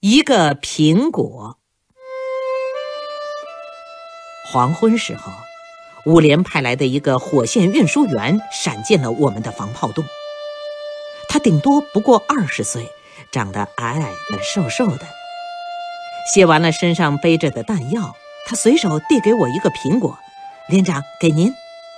一个苹果。黄昏时候，五连派来的一个火线运输员闪进了我们的防炮洞。他顶多不过20岁，长得矮矮的瘦瘦的。卸完了身上背着的弹药，他随手递给我一个苹果，连长，给您。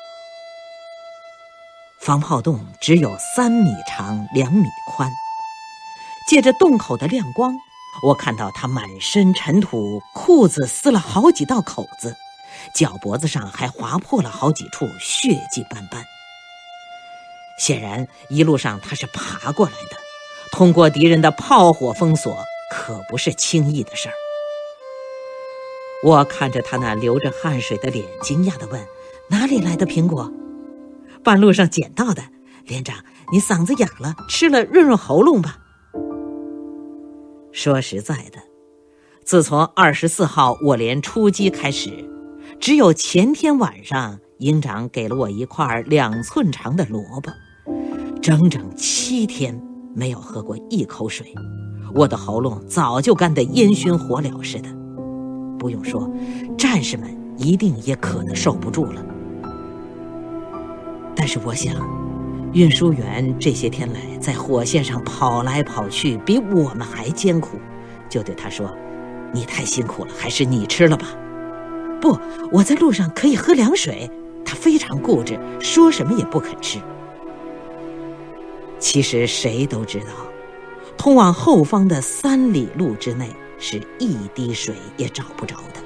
防炮洞只有3米长2米宽，借着洞口的亮光，我看到他满身尘土，裤子撕了好几道口子，脚脖子上还划破了好几处，血迹斑斑。显然一路上他是爬过来的，通过敌人的炮火封锁可不是轻易的事儿。我看着他那流着汗水的脸，惊讶地问，哪里来的苹果？半路上捡到的，连长，你嗓子哑了，吃了润润喉咙吧。说实在的，自从24号我连出击开始，只有前天晚上营长给了我一块2寸长的萝卜，整整7天没有喝过一口水，我的喉咙早就干得烟熏火燎似的。不用说，战士们一定也渴得受不住了。但是我想，运输员这些天来在火线上跑来跑去，比我们还艰苦，就对他说，你太辛苦了，还是你吃了吧。不，我在路上可以喝凉水。他非常固执，说什么也不肯吃。其实谁都知道，通往后方的3里路之内是一滴水也找不着的。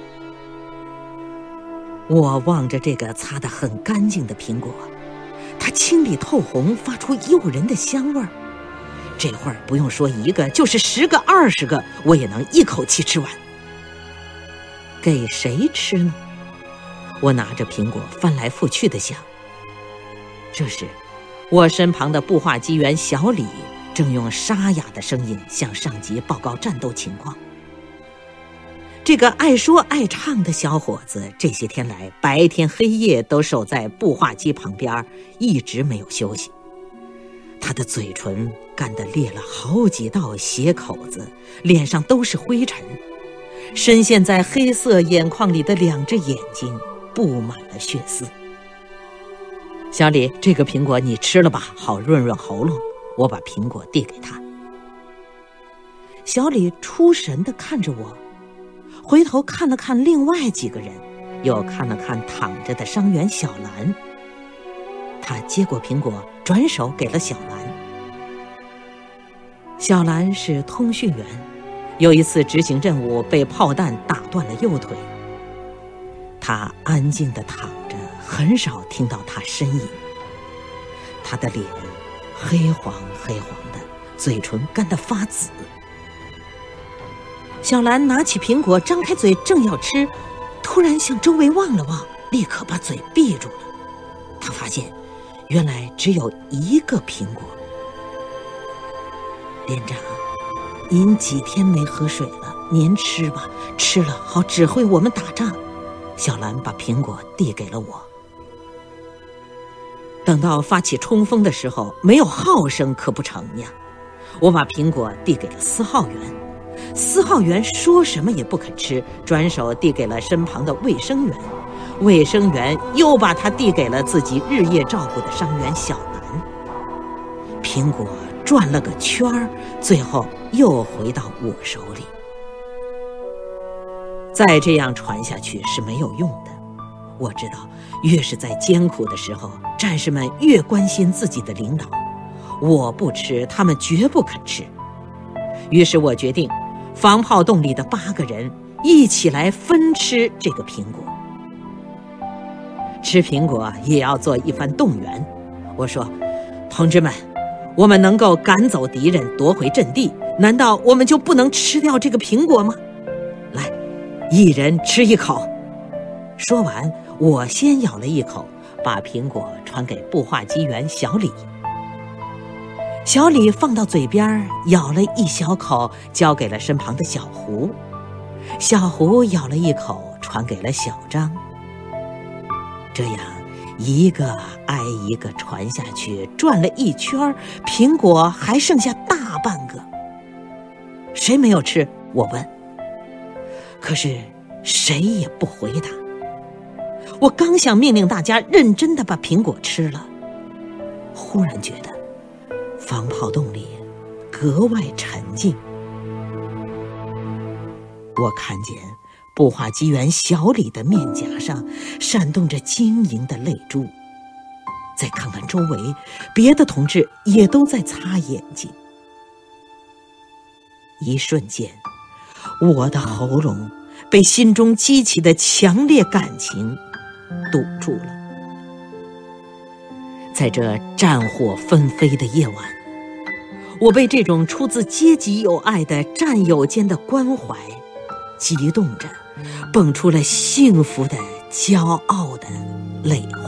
我望着这个擦得很干净的苹果，它青里透红，发出诱人的香味儿。这会儿不用说一个，就是10个20个，我也能一口气吃完。给谁吃呢？我拿着苹果翻来覆去地想。这时，我身旁的步话机员小李正用沙哑的声音向上级报告战斗情况。这个爱说爱唱的小伙子这些天来白天黑夜都守在步话机旁边，一直没有休息。他的嘴唇干得裂了好几道血口子，脸上都是灰尘，深陷在黑色眼眶里的2只眼睛布满了血丝。小李，这个苹果你吃了吧，好润润喉咙。我把苹果递给他。小李出神地看着我，回头看了看另外几个人，又看了看躺着的伤员小兰。他接过苹果，转手给了小兰。小兰是通讯员，有一次执行任务被炮弹打断了右腿。他安静地躺着，很少听到他呻吟。他的脸黑黄黑黄的，嘴唇干得发紫。小兰拿起苹果，张开嘴正要吃，突然向周围望了望，立刻把嘴闭住了。他发现原来只有一个苹果。连长，您几天没喝水了，您吃吧，吃了好指挥我们打仗。小兰把苹果递给了我。等到发起冲锋的时候，没有号声可不成呀。我把苹果递给了4号员，4号员说什么也不肯吃，转手递给了身旁的卫生员，卫生员又把它递给了自己日夜照顾的伤员小兰。苹果转了个圈儿，最后又回到我手里。再这样传下去是没有用的。我知道，越是在艰苦的时候，战士们越关心自己的领导。我不吃，他们绝不肯吃。于是我决定，防炮洞里的8个人一起来分吃这个苹果。吃苹果也要做一番动员。我说，同志们，我们能够赶走敌人，夺回阵地，难道我们就不能吃掉这个苹果吗？来，一人吃一口。说完，我先咬了一口，把苹果传给步话机员小李。小李放到嘴边，咬了一小口，交给了身旁的小胡。小胡咬了一口，传给了小张。这样一个挨一个传下去，转了一圈，苹果还剩下大半个。谁没有吃？ 我问。可是谁也不回答。我刚想命令大家认真地把苹果吃了，忽然觉得防炮洞里格外沉静。我看见步话机员小李的面颊上闪动着晶莹的泪珠，再看看周围，别的同志也都在擦眼睛。一瞬间，我的喉咙被心中激起的强烈感情堵住了。在这战火纷飞的夜晚，我被这种出自阶级友爱的战友间的关怀激动着，蹦出了幸福的、骄傲的泪花。